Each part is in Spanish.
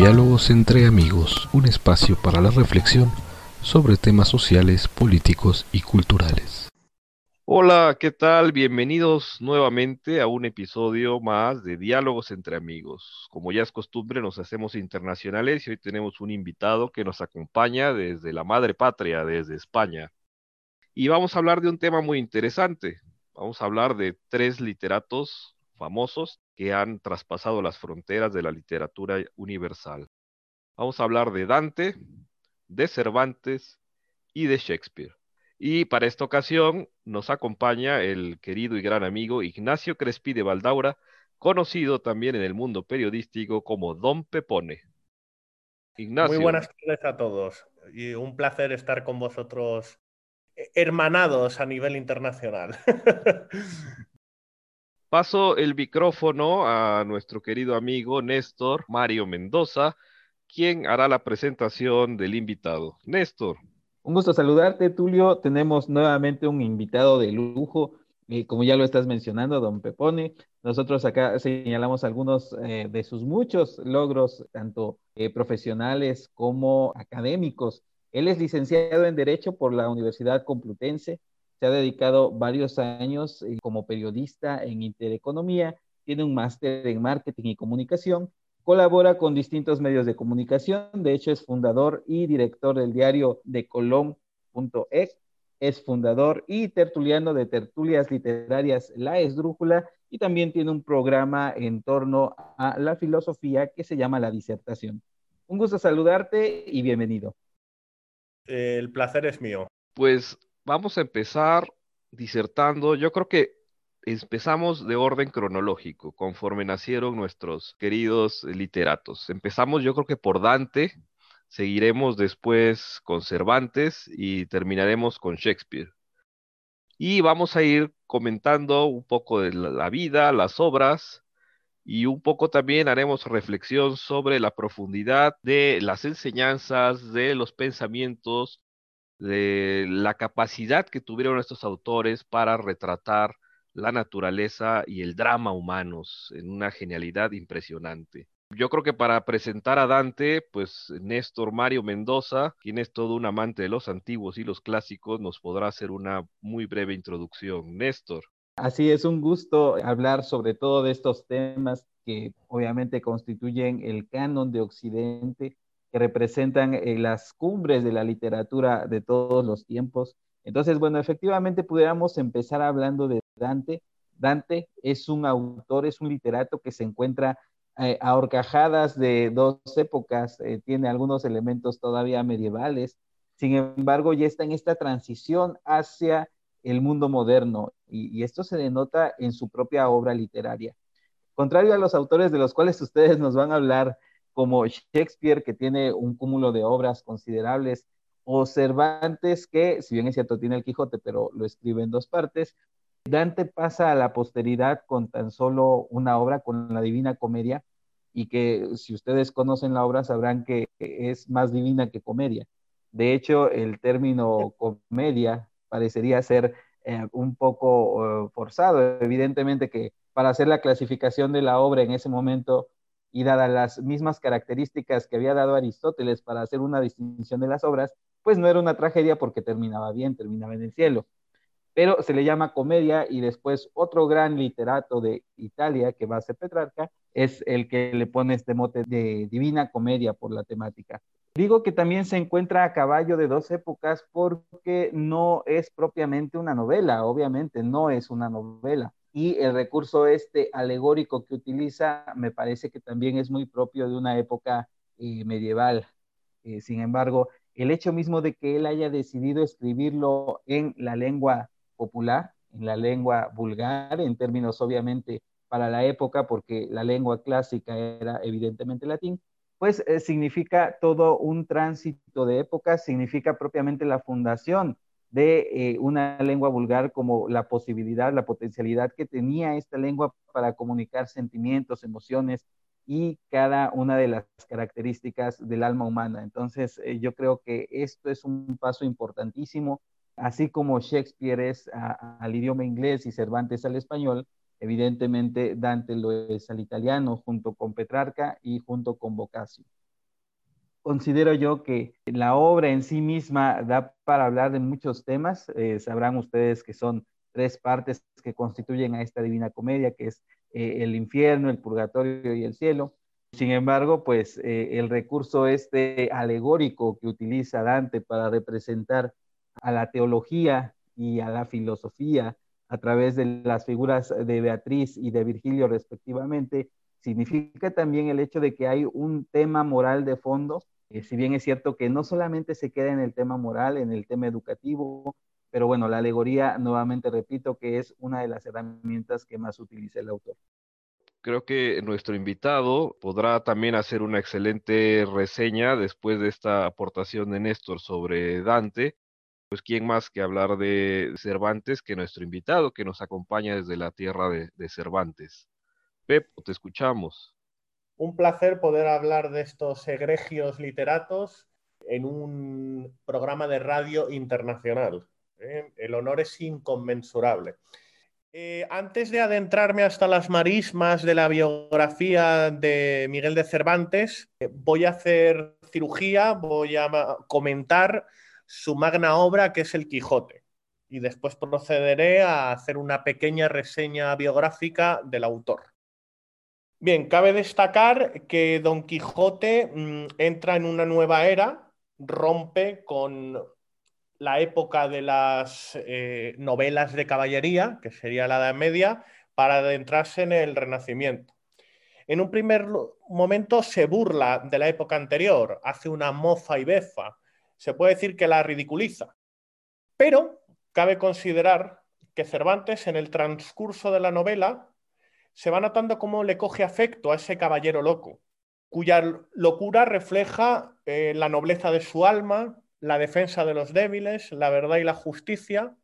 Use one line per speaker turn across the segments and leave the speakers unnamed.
Diálogos entre amigos, un espacio para la reflexión sobre temas sociales, políticos y culturales. Hola, ¿qué tal? Bienvenidos nuevamente a un episodio más de Diálogos entre amigos. Como ya es costumbre, nos hacemos internacionales y hoy tenemos un invitado que nos acompaña desde la madre patria, desde España. Y vamos a hablar de un tema muy interesante. Vamos a hablar de tres literatos famosos que han traspasado las fronteras de la literatura universal. Vamos a hablar de Dante, de Cervantes y de Shakespeare. Y para esta ocasión nos acompaña el querido y gran amigo Ignacio Crespi de Valdaura, conocido también en el mundo periodístico como Don Pepone.
Muy
Ignacio,
buenas tardes a todos y un placer estar con vosotros hermanados a nivel internacional.
paso el micrófono a nuestro querido amigo Néstor Mario Mendoza, quien hará la presentación del invitado. Néstor.
Un gusto saludarte, Tulio. Tenemos nuevamente un invitado de lujo, como ya lo estás mencionando, don Pepone. Nosotros acá señalamos algunos de sus muchos logros, tanto profesionales como académicos. Él es licenciado en Derecho por la Universidad Complutense. Se ha dedicado varios años como periodista en Intereconomía. Tiene un máster en Marketing y Comunicación. Colabora con distintos medios de comunicación, de hecho es fundador y director del diario de Colón.e, es fundador y tertuliano de tertulias literarias La Esdrújula y también tiene un programa en torno a la filosofía que se llama La Disertación. Un gusto saludarte y bienvenido.
El placer es mío.
Pues vamos a empezar disertando. Yo creo que empezamos de orden cronológico, conforme nacieron nuestros queridos literatos. Empezamos yo creo que por Dante, seguiremos después con Cervantes y terminaremos con Shakespeare. Y vamos a ir comentando un poco de la vida, las obras, y un poco también haremos reflexión sobre la profundidad de las enseñanzas, de los pensamientos, de la capacidad que tuvieron estos autores para retratar la naturaleza y el drama humanos en una genialidad impresionante. Yo creo que para presentar a Dante, pues Néstor Mario Mendoza, quien es todo un amante de los antiguos y los clásicos, nos podrá hacer una muy breve introducción. Néstor.
Así es, un gusto hablar sobre todo de estos temas que obviamente constituyen el canon de Occidente, que representan las cumbres de la literatura de todos los tiempos. Entonces, bueno, efectivamente pudiéramos empezar hablando de Dante. Dante es un autor, es un literato que se encuentra a horcajadas de dos épocas, tiene algunos elementos todavía medievales, sin embargo, ya está en esta transición hacia el mundo moderno y esto se denota en su propia obra literaria. Contrario a los autores de los cuales ustedes nos van a hablar, como Shakespeare, que tiene un cúmulo de obras considerables, o Cervantes, que si bien es cierto tiene el Quijote, pero lo escribe en dos partes, Dante pasa a la posteridad con tan solo una obra, con la Divina Comedia, y que si ustedes conocen la obra sabrán que es más divina que comedia. De hecho, el término comedia parecería ser un poco forzado. Evidentemente que para hacer la clasificación de la obra en ese momento y dadas las mismas características que había dado Aristóteles para hacer una distinción de las obras, pues no era una tragedia porque terminaba bien, terminaba en el cielo, pero se le llama comedia y después otro gran literato de Italia que va a ser Petrarca es el que le pone este mote de Divina Comedia por la temática. Digo que también se encuentra a caballo de dos épocas porque no es propiamente una novela, obviamente no es una novela. Y el recurso este alegórico que utiliza me parece que también es muy propio de una época medieval. Sin embargo, el hecho mismo de que él haya decidido escribirlo en la lengua popular, en la lengua vulgar, en términos obviamente para la época, porque la lengua clásica era evidentemente latín, pues significa todo un tránsito de época, significa propiamente la fundación de una lengua vulgar como la posibilidad, la potencialidad que tenía esta lengua para comunicar sentimientos, emociones y cada una de las características del alma humana. Entonces, yo creo que esto es un paso importantísimo, así como Shakespeare es al idioma inglés y Cervantes al español, evidentemente Dante lo es al italiano junto con Petrarca y junto con Boccaccio. considero yo que la obra en sí misma da para hablar de muchos temas. Sabrán ustedes que son tres partes que constituyen a esta Divina Comedia, que es el infierno, el purgatorio y el cielo. Sin embargo, pues el recurso este alegórico que utiliza Dante para representar a la teología y a la filosofía a través de las figuras de Beatriz y de Virgilio respectivamente, significa también el hecho de que hay un tema moral de fondo, si bien es cierto que no solamente se queda en el tema moral, en el tema educativo, pero bueno, la alegoría, nuevamente repito, que es una de las herramientas que más utiliza el autor.
Creo que nuestro invitado podrá también hacer una excelente reseña después de esta aportación de Néstor sobre Dante. Pues quién más que hablar de Cervantes que nuestro invitado que nos acompaña desde la tierra de Cervantes. Pep, te escuchamos.
Un placer poder hablar de estos egregios literatos en un programa de radio internacional. El honor es inconmensurable. Antes de adentrarme hasta las marismas de la biografía de Miguel de Cervantes, voy a hacer cirugía, voy a comentar su magna obra, que es El Quijote, y después procederé a hacer una pequeña reseña biográfica del autor. Bien, cabe destacar que Don Quijote entra en una nueva era, rompe con la época de las novelas de caballería, que sería la Edad Media, para adentrarse en el Renacimiento. En un primer momento se burla de la época anterior, hace una mofa y befa, se puede decir que la ridiculiza, pero cabe considerar que Cervantes en el transcurso de la novela se va notando cómo le coge afecto a ese caballero loco, cuya locura refleja la nobleza de su alma, la defensa de los débiles, la verdad y la justicia,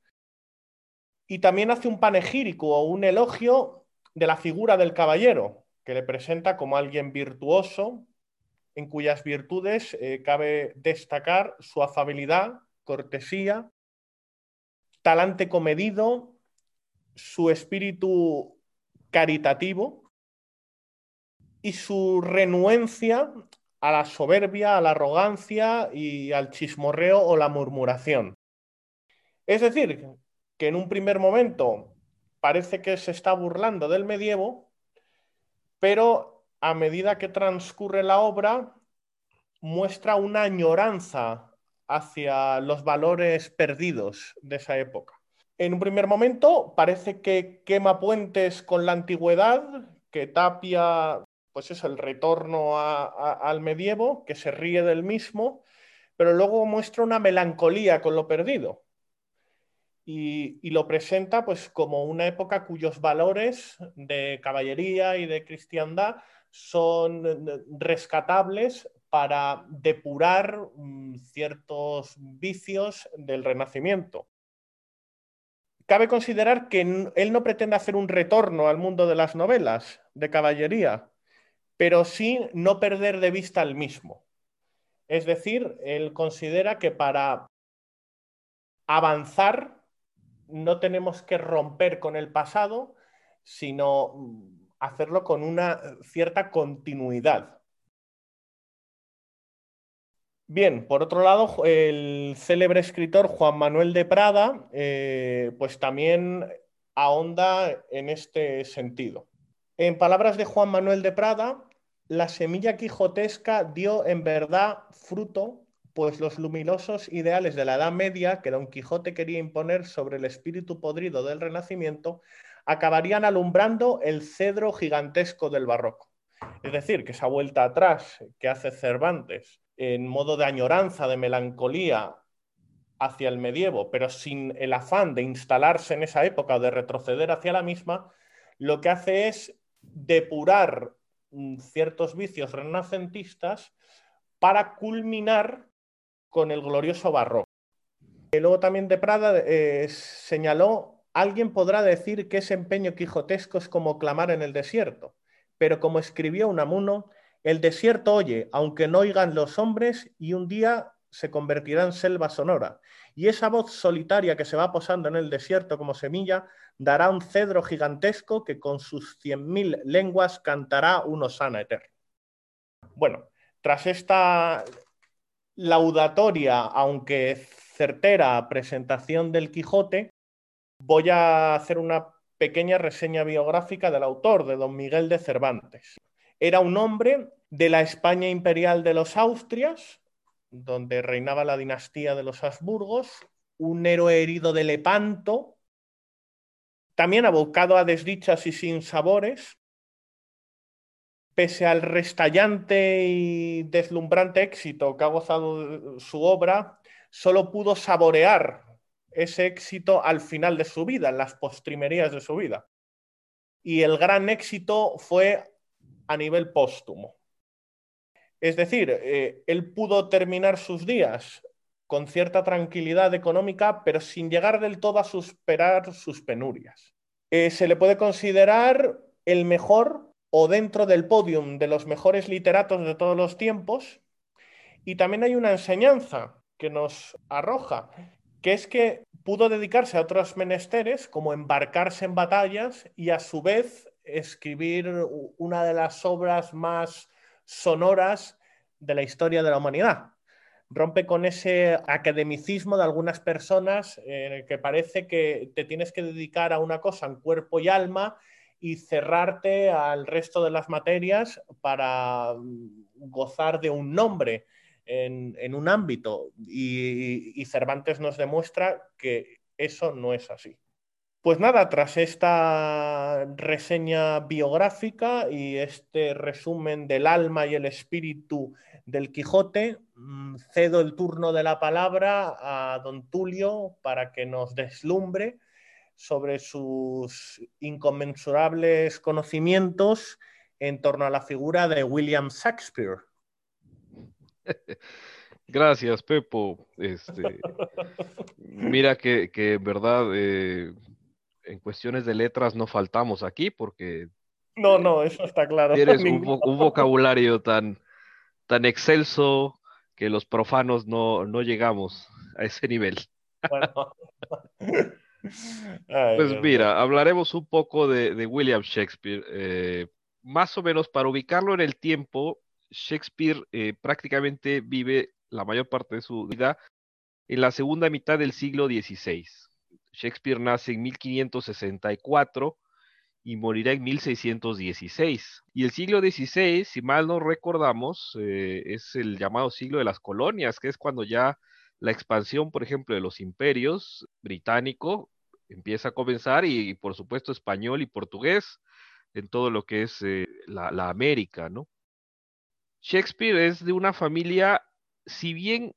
y también hace un panegírico o un elogio de la figura del caballero, que le presenta como alguien virtuoso, en cuyas virtudes cabe destacar su afabilidad, cortesía, talante comedido, su espíritu caritativo y su renuencia a la soberbia, a la arrogancia y al chismorreo o la murmuración. Es decir, que en un primer momento parece que se está burlando del medievo, pero a medida que transcurre la obra muestra una añoranza hacia los valores perdidos de esa época. En un primer momento parece que quema puentes con la antigüedad, que tapia pues eso, el retorno al medievo, que se ríe del mismo, pero luego muestra una melancolía con lo perdido. Y lo presenta pues como una época cuyos valores de caballería y de cristiandad son rescatables para depurar ciertos vicios del Renacimiento. Cabe considerar que él no pretende hacer un retorno al mundo de las novelas de caballería, pero sí no perder de vista el mismo. Es decir, él considera que para avanzar no tenemos que romper con el pasado, sino hacerlo con una cierta continuidad. Bien, por otro lado, el célebre escritor Juan Manuel de Prada, pues también ahonda en este sentido. En palabras de Juan Manuel de Prada, la semilla quijotesca dio en verdad fruto, pues los luminosos ideales de la Edad Media que Don Quijote quería imponer sobre el espíritu podrido del Renacimiento acabarían alumbrando el cedro gigantesco del barroco. Es decir, que esa vuelta atrás que hace Cervantes en modo de añoranza, de melancolía hacia el medievo, pero sin el afán de instalarse en esa época o de retroceder hacia la misma, lo que hace es depurar ciertos vicios renacentistas para culminar con el glorioso barroco. Y luego también de Prada señaló: alguien podrá decir que ese empeño quijotesco es como clamar en el desierto, pero como escribió Unamuno, el desierto oye, aunque no oigan los hombres, y un día se convertirá en selva sonora. Y esa voz solitaria que se va posando en el desierto como semilla dará un cedro gigantesco que con sus 100.000 lenguas cantará un hosana eterno. Bueno, tras esta laudatoria, aunque certera, presentación del Quijote, voy a hacer una pequeña reseña biográfica del autor, de don Miguel de Cervantes. Era un hombre de la España imperial de los Austrias, donde reinaba la dinastía de los Habsburgos, un héroe herido de Lepanto, también abocado a desdichas y sinsabores. Pese al restallante y deslumbrante éxito que ha gozado su obra, solo pudo saborear ese éxito al final de su vida, en las postrimerías de su vida. Y el gran éxito fue a nivel póstumo. Es decir, él pudo terminar sus días con cierta tranquilidad económica, pero sin llegar del todo a superar sus penurias. Se le puede considerar el mejor o dentro del podium de los mejores literatos de todos los tiempos. Y también hay una enseñanza que nos arroja, que es que pudo dedicarse a otros menesteres, como embarcarse en batallas y a su vez escribir una de las obras más sonoras de la historia de la humanidad. Rompe con ese academicismo de algunas personas en el que parece que te tienes que dedicar a una cosa en cuerpo y alma y cerrarte al resto de las materias para gozar de un nombre en un ámbito. Y Cervantes nos demuestra que eso no es así. Pues nada, tras esta reseña biográfica y este resumen del alma y el espíritu del Quijote, cedo el turno de la palabra a don Tulio para que nos deslumbre sobre sus inconmensurables conocimientos en torno a la figura de William Shakespeare.
Gracias, Pepo. Mira que en verdad en cuestiones de letras no faltamos aquí porque
No, eso está claro.
tienes un vocabulario tan excelso que los profanos no llegamos a ese nivel.
Bueno. Ay,
Pues
Dios mío.
mira, hablaremos un poco de William Shakespeare. Más o menos para ubicarlo en el tiempo, Shakespeare prácticamente vive la mayor parte de su vida en la segunda mitad del siglo XVI. Shakespeare nace en 1564 y morirá en 1616. Y el siglo XVI, si mal no recordamos, es el llamado siglo de las colonias, que es cuando ya la expansión, por ejemplo, de los imperios británico empieza a comenzar y por supuesto español y portugués en todo lo que es la América, ¿no? Shakespeare es de una familia, si bien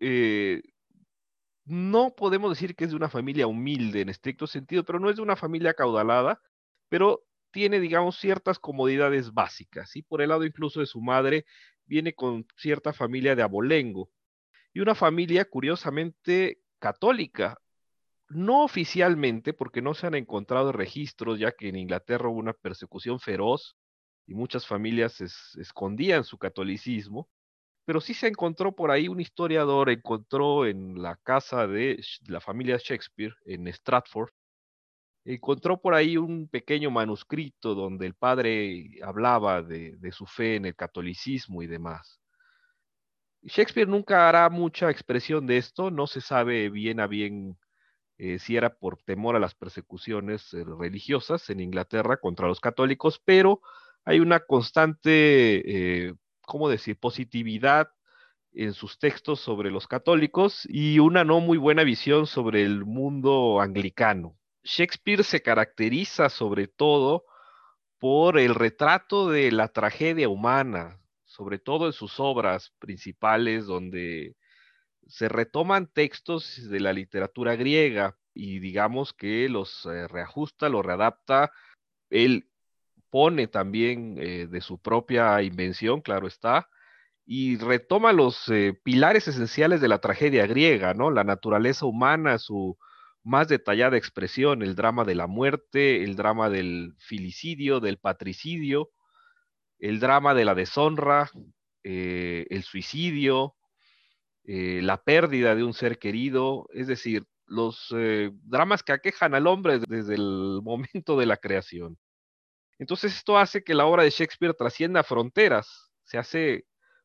no podemos decir que es de una familia humilde en estricto sentido, pero no es de una familia acaudalada, pero tiene, digamos, ciertas comodidades básicas, y por el lado incluso de su madre, viene con cierta familia de abolengo, y una familia curiosamente católica, no oficialmente, porque no se han encontrado registros, ya que en Inglaterra hubo una persecución feroz y muchas familias escondían su catolicismo, pero sí se encontró por ahí un historiador, encontró en la casa de la familia Shakespeare, en Stratford, encontró por ahí un pequeño manuscrito donde el padre hablaba de su fe en el catolicismo y demás. Shakespeare nunca hará mucha expresión de esto, no se sabe bien a bien si era por temor a las persecuciones religiosas en Inglaterra contra los católicos, pero hay una constante, ¿cómo decir?, positividad en sus textos sobre los católicos y una no muy buena visión sobre el mundo anglicano. Shakespeare se caracteriza sobre todo por el retrato de la tragedia humana, sobre todo en sus obras principales, donde se retoman textos de la literatura griega y digamos que los reajusta, los readapta. Él pone también de su propia invención, claro está, y retoma los pilares esenciales de la tragedia griega, ¿no? La naturaleza humana, su más detallada expresión, el drama de la muerte, el drama del filicidio, del patricidio, el drama de la deshonra, el suicidio, la pérdida de un ser querido, es decir, los dramas que aquejan al hombre desde el momento de la creación. Entonces esto hace que la obra de Shakespeare trascienda fronteras, se hace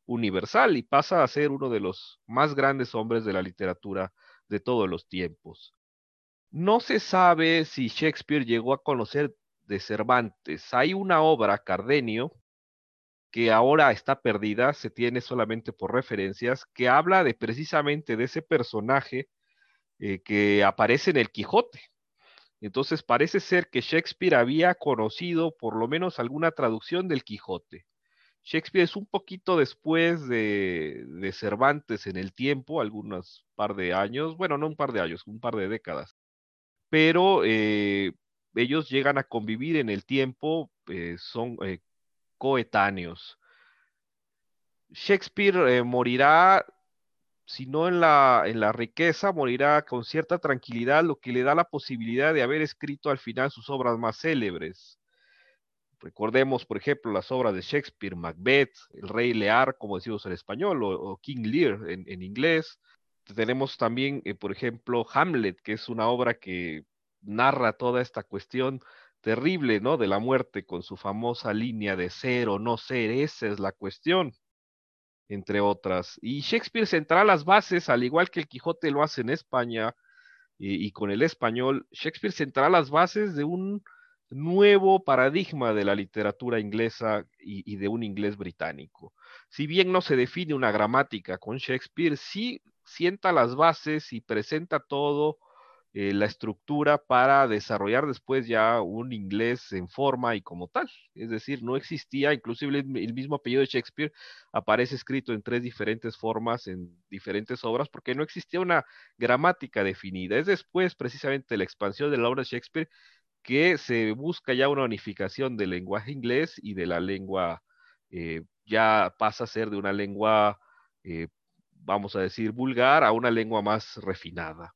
universal y pasa a ser uno de los más grandes hombres de la literatura de todos los tiempos. No se sabe si Shakespeare llegó a conocer de Cervantes. Hay una obra, Cardenio, que ahora está perdida, se tiene solamente por referencias, que habla de precisamente de ese personaje que aparece en el Quijote. Entonces parece ser que Shakespeare había conocido por lo menos alguna traducción del Quijote. Shakespeare es un poquito después de Cervantes en el tiempo, algunos par de años, bueno, no un par de años, un par de décadas, pero ellos llegan a convivir en el tiempo, son coetáneos. Shakespeare morirá, si no en la riqueza, morirá con cierta tranquilidad, lo que le da la posibilidad de haber escrito al final sus obras más célebres. Recordemos, por ejemplo, las obras de Shakespeare, Macbeth, El Rey Lear, como decimos en español, o King Lear en inglés. Tenemos también, por ejemplo, Hamlet, que es una obra que narra toda esta cuestión terrible, ¿no? De la muerte con su famosa línea de ser o no ser, esa es la cuestión, entre otras. Y Shakespeare sentará las bases, al igual que el Quijote lo hace en España, y con el español, Shakespeare sentará las bases de un nuevo paradigma de la literatura inglesa y de un inglés británico. Si bien no se define una gramática con Shakespeare, sí sienta las bases y presenta todo, la estructura para desarrollar después ya un inglés en forma y como tal. Es decir, no existía, inclusive el mismo apellido de Shakespeare aparece escrito en 3 diferentes formas en diferentes obras porque no existía una gramática definida. Es después precisamente la expansión de la obra de Shakespeare que se busca ya una unificación del lenguaje inglés y de la lengua, ya pasa a ser de una lengua, vamos a decir, vulgar a una lengua más refinada.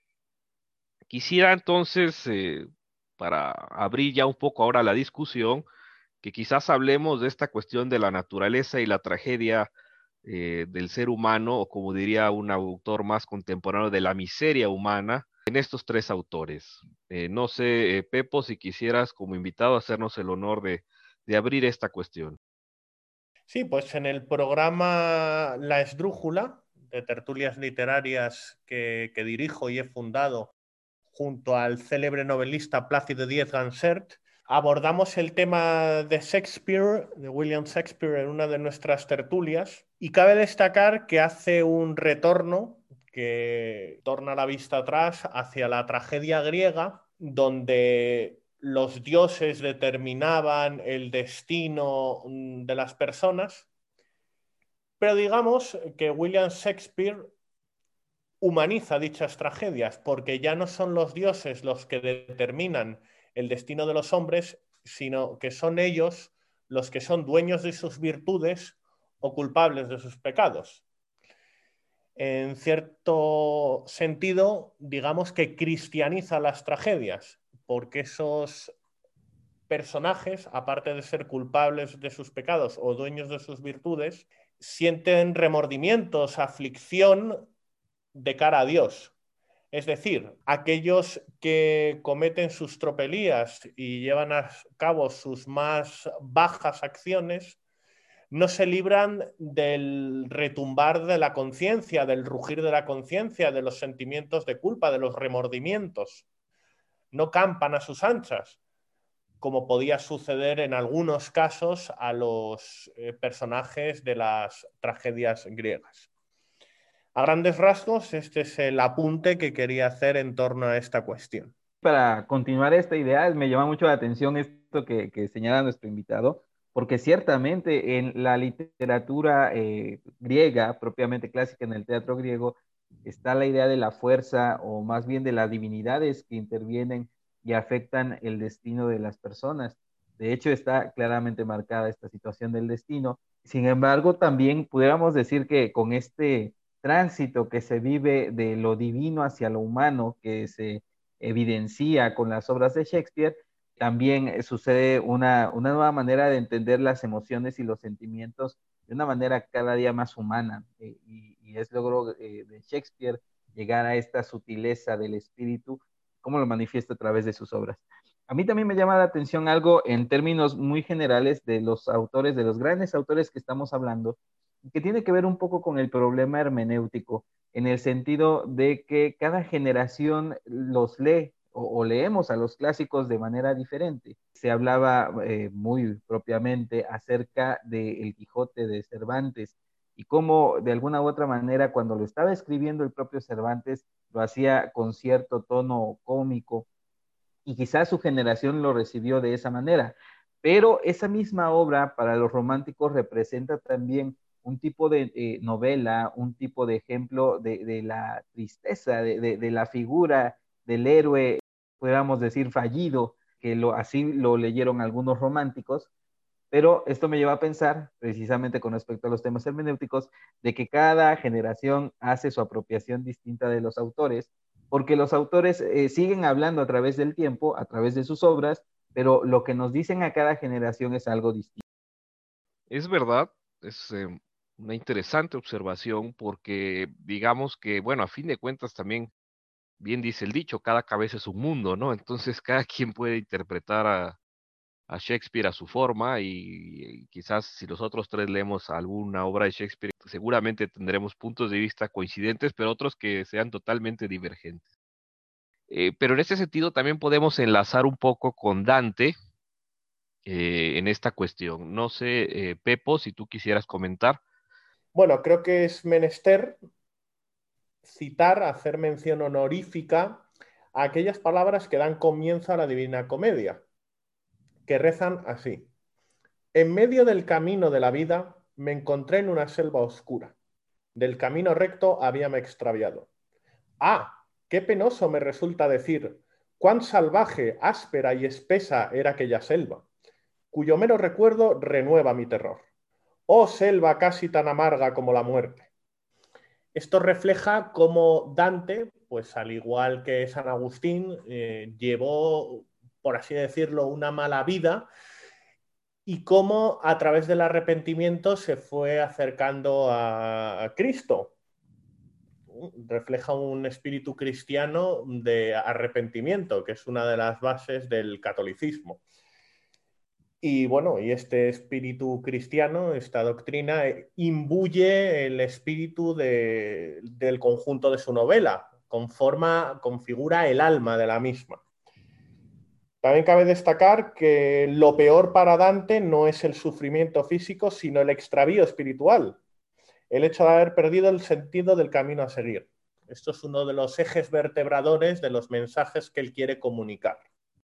Quisiera entonces, para abrir ya un poco ahora la discusión, que quizás hablemos de esta cuestión de la naturaleza y la tragedia del ser humano, o como diría un autor más contemporáneo, de la miseria humana, en estos 3 autores. No sé, Pepo, si quisieras como invitado hacernos el honor de abrir esta cuestión.
Sí, pues en el programa La Esdrújula, de tertulias literarias que dirijo y he fundado junto al célebre novelista Plácido Diez Gansert, abordamos el tema de Shakespeare, de William Shakespeare, en una de nuestras tertulias, y cabe destacar que hace un retorno que torna la vista atrás hacia la tragedia griega, donde los dioses determinaban el destino de las personas, pero digamos que William Shakespeare humaniza dichas tragedias, porque ya no son los dioses los que determinan el destino de los hombres, sino que son ellos los que son dueños de sus virtudes o culpables de sus pecados. En cierto sentido, digamos que cristianiza las tragedias, porque esos personajes, aparte de ser culpables de sus pecados o dueños de sus virtudes, sienten remordimientos, aflicción de cara a Dios. Es decir, aquellos que cometen sus tropelías y llevan a cabo sus más bajas acciones no se libran del retumbar de la conciencia, del rugir de la conciencia, de los sentimientos de culpa, de los remordimientos. No campan a sus anchas, como podía suceder en algunos casos a los personajes de las tragedias griegas. A grandes rasgos, este es el apunte que quería hacer en torno a esta cuestión.
Para continuar esta idea, me llama mucho la atención esto que señala nuestro invitado, porque ciertamente en la literatura griega, propiamente clásica, en el teatro griego, está la idea de la fuerza o más bien de las divinidades que intervienen y afectan el destino de las personas. De hecho, está claramente marcada esta situación del destino. Sin embargo, también pudiéramos decir que con este tránsito que se vive de lo divino hacia lo humano, que se evidencia con las obras de Shakespeare, también sucede una nueva manera de entender las emociones y los sentimientos de una manera cada día más humana. Y es logro de Shakespeare llegar a esta sutileza del espíritu, como lo manifiesta a través de sus obras. A mí también me llama la atención algo en términos muy generales de los autores, de los grandes autores que estamos hablando, que tiene que ver un poco con el problema hermenéutico, en el sentido de que cada generación los lee o leemos a los clásicos de manera diferente. Se hablaba muy propiamente acerca de El Quijote de Cervantes y cómo de alguna u otra manera cuando lo estaba escribiendo el propio Cervantes lo hacía con cierto tono cómico y quizás su generación lo recibió de esa manera. Pero esa misma obra para los románticos representa también un tipo de novela, un tipo de ejemplo de la tristeza, de la figura del héroe, podríamos decir fallido, que así lo leyeron algunos románticos, pero esto me lleva a pensar, precisamente con respecto a los temas hermenéuticos, de que cada generación hace su apropiación distinta de los autores, porque los autores siguen hablando a través del tiempo, a través de sus obras, pero lo que nos dicen a cada generación es algo distinto.
Es verdad, es una interesante observación porque digamos que, bueno, a fin de cuentas también, bien dice el dicho, cada cabeza es un mundo, ¿no? Entonces cada quien puede interpretar a Shakespeare a su forma y quizás si los otros tres leemos alguna obra de Shakespeare, seguramente tendremos puntos de vista coincidentes, pero otros que sean totalmente divergentes. Pero en ese sentido también podemos enlazar un poco con Dante en esta cuestión. No sé, Pepo, si tú quisieras comentar.
Bueno, creo que es menester citar, hacer mención honorífica a aquellas palabras que dan comienzo a la Divina Comedia, que rezan así. En medio del camino de la vida me encontré en una selva oscura. Del camino recto habíame extraviado. Ah, qué penoso me resulta decir cuán salvaje, áspera y espesa era aquella selva, cuyo mero recuerdo renueva mi terror. Oh selva casi tan amarga como la muerte. Esto refleja cómo Dante, pues al igual que San Agustín, llevó, por así decirlo, una mala vida y cómo a través del arrepentimiento se fue acercando a Cristo. Refleja un espíritu cristiano de arrepentimiento, que es una de las bases del catolicismo. Y bueno, y este espíritu cristiano, esta doctrina, imbuye el espíritu del conjunto de su novela, configura el alma de la misma. También cabe destacar que lo peor para Dante no es el sufrimiento físico, sino el extravío espiritual, el hecho de haber perdido el sentido del camino a seguir. Esto es uno de los ejes vertebradores de los mensajes que él quiere comunicar.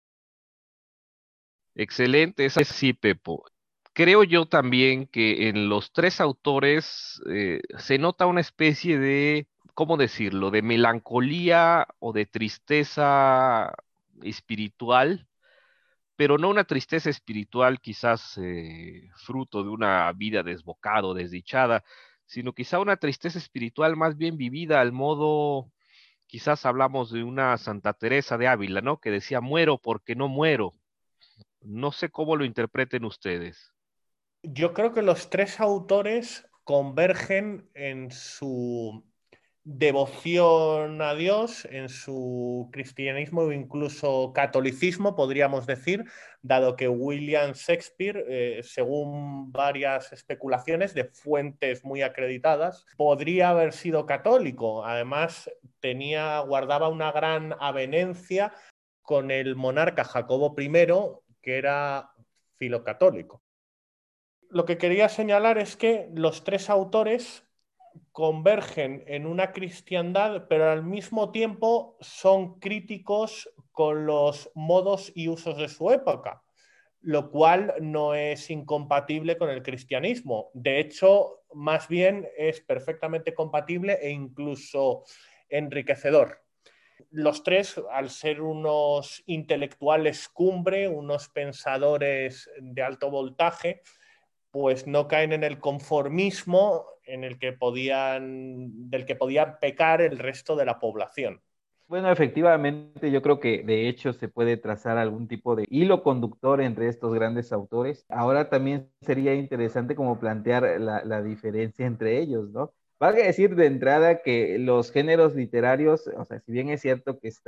Excelente, es así, Pepo. Creo yo también que en los tres autores se nota una especie de, ¿cómo decirlo?, de melancolía o de tristeza espiritual, pero no una tristeza espiritual quizás fruto de una vida desbocada o desdichada, sino quizá una tristeza espiritual más bien vivida al modo, quizás hablamos de una Santa Teresa de Ávila, ¿no? Que decía, muero porque no muero. No sé cómo lo interpreten ustedes.
Yo creo que los tres autores convergen en su devoción a Dios, en su cristianismo o incluso catolicismo, podríamos decir, dado que William Shakespeare, según varias especulaciones de fuentes muy acreditadas, podría haber sido católico. Además, guardaba una gran avenencia con el monarca Jacobo I, que era filocatólico. Lo que quería señalar es que los tres autores convergen en una cristiandad, pero al mismo tiempo son críticos con los modos y usos de su época, lo cual no es incompatible con el cristianismo. De hecho, más bien es perfectamente compatible e incluso enriquecedor. Los tres, al ser unos intelectuales cumbre, unos pensadores de alto voltaje, pues no caen en el conformismo del que podían pecar el resto de la población.
Bueno, efectivamente, yo creo que de hecho se puede trazar algún tipo de hilo conductor entre estos grandes autores. Ahora también sería interesante como plantear la diferencia entre ellos, ¿no? Valga decir de entrada que los géneros literarios, o sea, si bien es cierto que están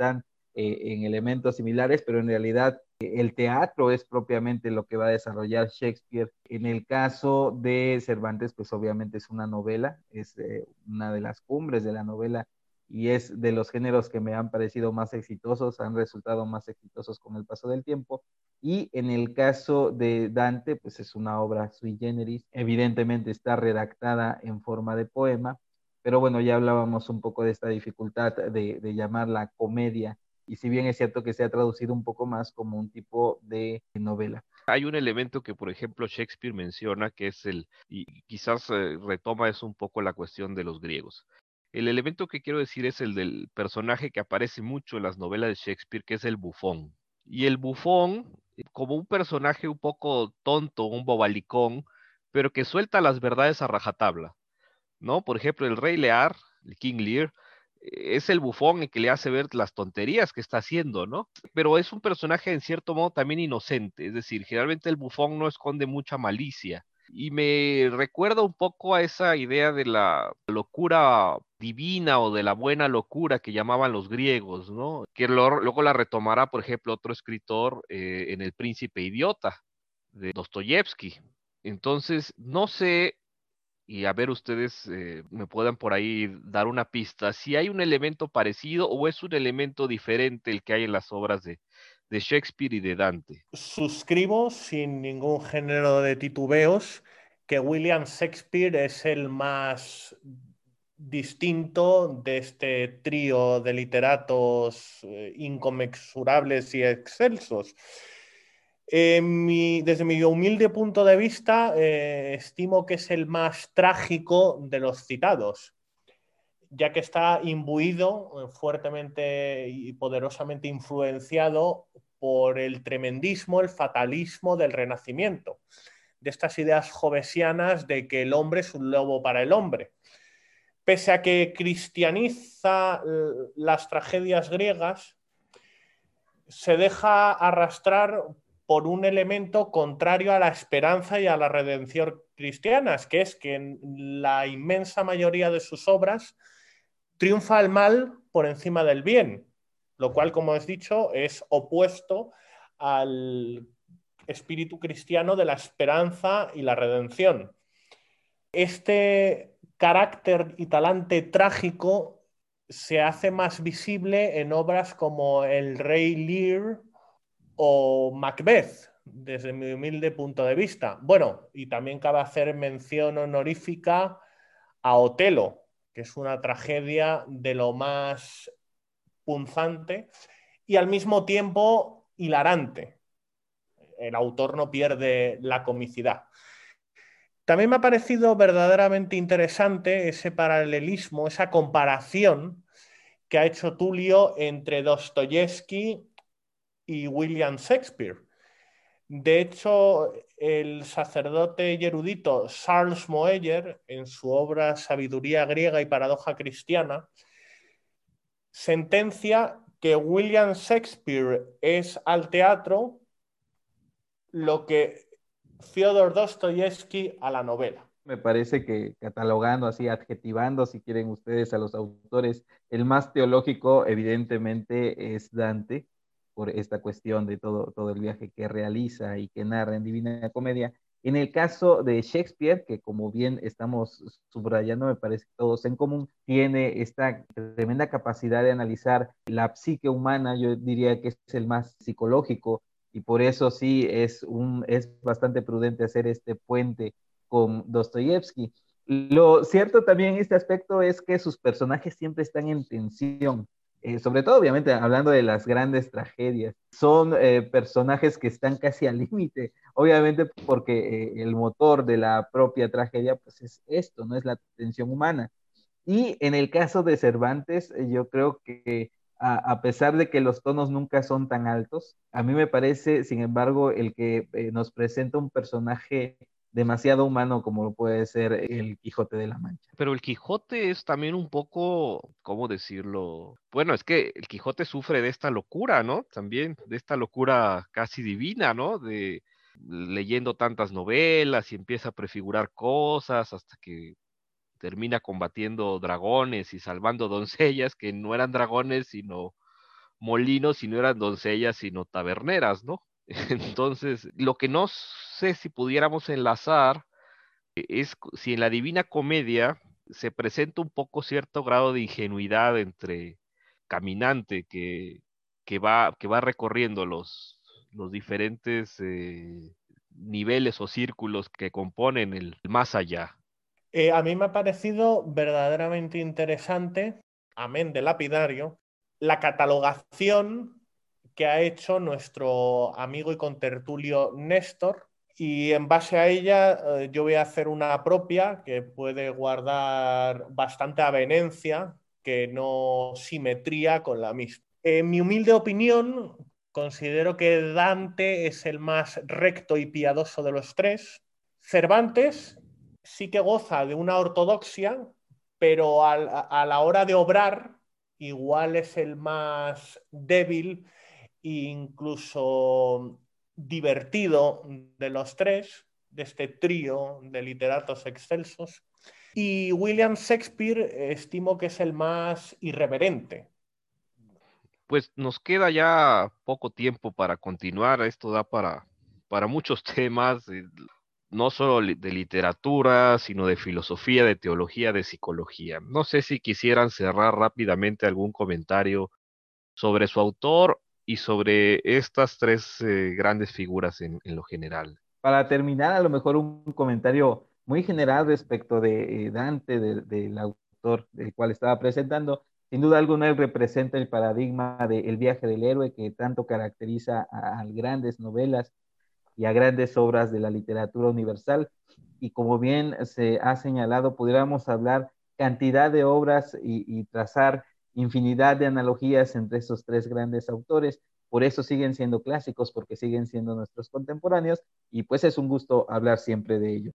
en elementos similares, pero en realidad el teatro es propiamente lo que va a desarrollar Shakespeare. En el caso de Cervantes, pues obviamente es una novela, es una de las cumbres de la novela y es de los géneros que me han parecido más exitosos, han resultado más exitosos con el paso del tiempo. Y en el caso de Dante, pues es una obra sui generis, evidentemente está redactada en forma de poema, pero bueno, ya hablábamos un poco de esta dificultad de llamarla comedia, y si bien es cierto que se ha traducido un poco más como un tipo de novela.
Hay un elemento que, por ejemplo, Shakespeare menciona, que es y quizás retoma es un poco la cuestión de los griegos. El elemento que quiero decir es el del personaje que aparece mucho en las novelas de Shakespeare, que es el bufón. Y el bufón, como un personaje un poco tonto, un bobalicón, pero que suelta las verdades a rajatabla, ¿no? Por ejemplo, el rey Lear, el King Lear, es el bufón el que le hace ver las tonterías que está haciendo, ¿no? Pero es un personaje en cierto modo también inocente, es decir, generalmente el bufón no esconde mucha malicia. Y me recuerda un poco a esa idea de la locura divina o de la buena locura que llamaban los griegos, ¿no? Que luego la retomará, por ejemplo, otro escritor en El Príncipe Idiota, de Dostoyevsky. Entonces, no sé, y a ver ustedes me puedan por ahí dar una pista, si hay un elemento parecido o es un elemento diferente el que hay en las obras de Shakespeare y de Dante.
Suscribo sin ningún género de titubeos que William Shakespeare es el más distinto de este trío de literatos inconmensurables y excelsos. Desde mi humilde punto de vista, estimo que es el más trágico de los citados, ya que está imbuido, fuertemente y poderosamente influenciado por el tremendismo, el fatalismo del Renacimiento, de estas ideas jovesianas de que el hombre es un lobo para el hombre. Pese a que cristianiza las tragedias griegas, se deja arrastrar por un elemento contrario a la esperanza y a la redención cristianas, que es que en la inmensa mayoría de sus obras triunfa el mal por encima del bien, lo cual, como has dicho, es opuesto al espíritu cristiano de la esperanza y la redención. Este carácter y talante trágico se hace más visible en obras como El Rey Lear o Macbeth, desde mi humilde punto de vista. Bueno, y también cabe hacer mención honorífica a Otelo, que es una tragedia de lo más punzante y al mismo tiempo hilarante. El autor no pierde la comicidad. También me ha parecido verdaderamente interesante ese paralelismo, esa comparación que ha hecho Tulio entre Dostoyevsky y William Shakespeare. De hecho, el sacerdote y erudito Charles Moeller, en su obra Sabiduría griega y paradoja cristiana, sentencia que William Shakespeare es al teatro lo que Fyodor Dostoyevsky a la novela.
Me parece que catalogando así, adjetivando, si quieren ustedes, a los autores, el más teológico evidentemente es Dante, por esta cuestión de todo el viaje que realiza y que narra en Divina Comedia. En el caso de Shakespeare, que como bien estamos subrayando, me parece que todos en común, tiene esta tremenda capacidad de analizar la psique humana, yo diría que es el más psicológico, y por eso sí es bastante prudente hacer este puente con Dostoyevsky. Lo cierto también en este aspecto es que sus personajes siempre están en tensión, sobre todo obviamente hablando de las grandes tragedias. Son personajes que están casi al límite, obviamente porque el motor de la propia tragedia pues es esto, no es la tensión humana. Y en el caso de Cervantes, yo creo que a pesar de que los tonos nunca son tan altos, a mí me parece, sin embargo, el que nos presenta un personaje demasiado humano como lo puede ser el Quijote de la Mancha.
Pero el Quijote es también un poco, ¿cómo decirlo? Bueno, es que el Quijote sufre de esta locura, ¿no? También de esta locura casi divina, ¿no? De leyendo tantas novelas y empieza a prefigurar cosas hasta que termina combatiendo dragones y salvando doncellas que no eran dragones, sino molinos y no eran doncellas, sino taberneras, ¿no? Entonces, lo que no sé si pudiéramos enlazar es si en la Divina Comedia se presenta un poco cierto grado de ingenuidad entre caminante que va recorriendo los diferentes niveles o círculos que componen el más allá.
A mí me ha parecido verdaderamente interesante, amén de lapidario, la catalogación que ha hecho nuestro amigo y contertulio Néstor, y en base a ella yo voy a hacer una propia que puede guardar bastante avenencia, que no simetría con la misma. En mi humilde opinión, considero que Dante es el más recto y piadoso de los tres. Cervantes sí que goza de una ortodoxia, pero a la hora de obrar igual es el más débil e incluso divertido de los tres, de este trío de literatos excelsos. Y William Shakespeare estimo que es el más irreverente.
Pues nos queda ya poco tiempo para continuar. Esto da para muchos temas, no solo de literatura, sino de filosofía, de teología, de psicología. No sé si quisieran cerrar rápidamente algún comentario sobre su autor y sobre estas tres grandes figuras en lo general.
Para terminar, a lo mejor un comentario muy general respecto de Dante, del autor del cual estaba presentando. Sin duda alguna, él representa el paradigma del viaje del héroe que tanto caracteriza a grandes novelas y a grandes obras de la literatura universal. Y como bien se ha señalado, pudiéramos hablar cantidad de obras y trazar infinidad de analogías entre esos tres grandes autores. Por eso siguen siendo clásicos, porque siguen siendo nuestros contemporáneos, y pues es un gusto hablar siempre de ello.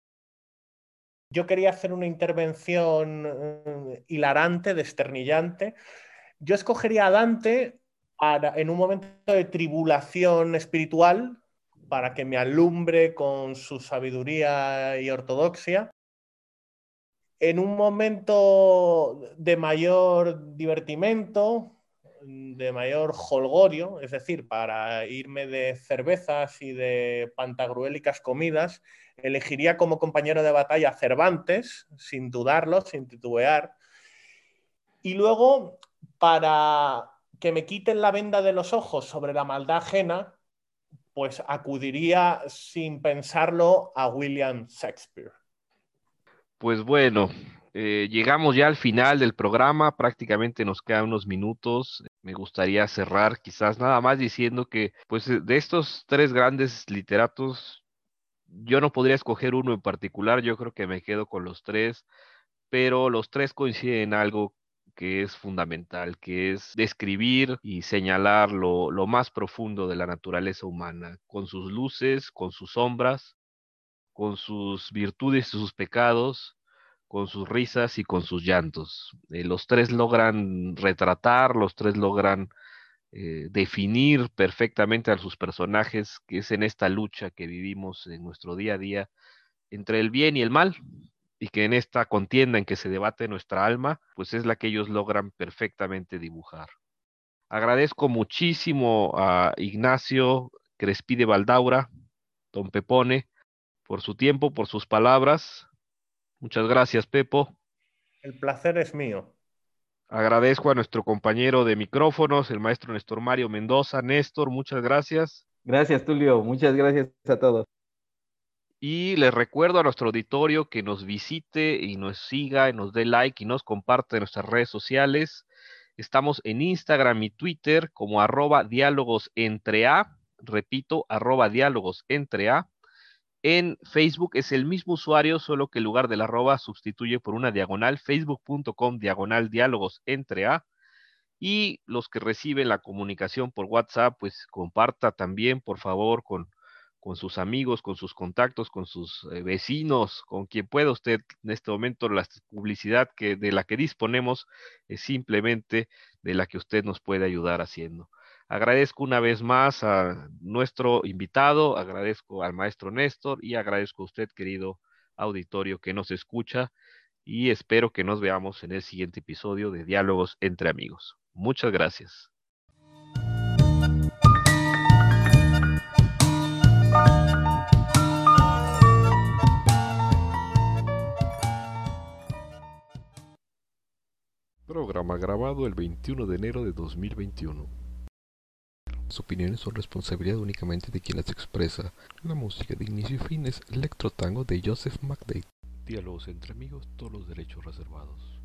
Yo quería hacer una intervención hilarante, desternillante. Yo escogería a Dante en un momento de tribulación espiritual para que me alumbre con su sabiduría y ortodoxia. En un momento de mayor divertimento, de mayor jolgorio, es decir, para irme de cervezas y de pantagruélicas comidas, elegiría como compañero de batalla a Cervantes, sin dudarlo, sin titubear. Y luego, para que me quiten la venda de los ojos sobre la maldad ajena, pues acudiría sin pensarlo a William Shakespeare.
Pues bueno, llegamos ya al final del programa, prácticamente nos quedan unos minutos. Me gustaría cerrar quizás nada más diciendo que, pues, de estos tres grandes literatos, yo no podría escoger uno en particular, yo creo que me quedo con los tres, pero los tres coinciden en algo que es fundamental, que es describir y señalar lo más profundo de la naturaleza humana, con sus luces, con sus sombras, con sus virtudes y sus pecados, con sus risas y con sus llantos. Los tres logran retratar, los tres logran definir perfectamente a sus personajes, que es en esta lucha que vivimos en nuestro día a día entre el bien y el mal, y que en esta contienda en que se debate nuestra alma, pues es la que ellos logran perfectamente dibujar. Agradezco muchísimo a Ignacio Crespí de Valdaura, don Pepone, por su tiempo, por sus palabras. Muchas gracias, Pepo.
El placer es mío.
Agradezco a nuestro compañero de micrófonos, el maestro Néstor Mario Mendoza. Néstor, muchas gracias.
Gracias, Tulio. Muchas gracias a todos.
Y les recuerdo a nuestro auditorio que nos visite y nos siga, y nos dé like y nos comparte en nuestras redes sociales. Estamos en Instagram y Twitter como @diálogos entre A. Repito, @diálogos entre A. En Facebook es el mismo usuario, solo que en lugar del arroba sustituye por una diagonal, facebook.com/diálogos entre A. Y los que reciben la comunicación por WhatsApp, pues comparta también, por favor, con sus amigos, con sus contactos, con sus vecinos, con quien pueda usted en este momento. La publicidad de la que disponemos es simplemente de la que usted nos puede ayudar haciendo. Agradezco una vez más a nuestro invitado, agradezco al maestro Néstor y agradezco a usted, querido auditorio, que nos escucha, y espero que nos veamos en el siguiente episodio de Diálogos entre Amigos. Muchas gracias. Programa grabado el 21 de enero de 2021.
Las opiniones son responsabilidad únicamente de quien las expresa. La música de inicio y fin es Electro Tango de Joseph McDade.
Diálogos entre amigos, todos los derechos reservados.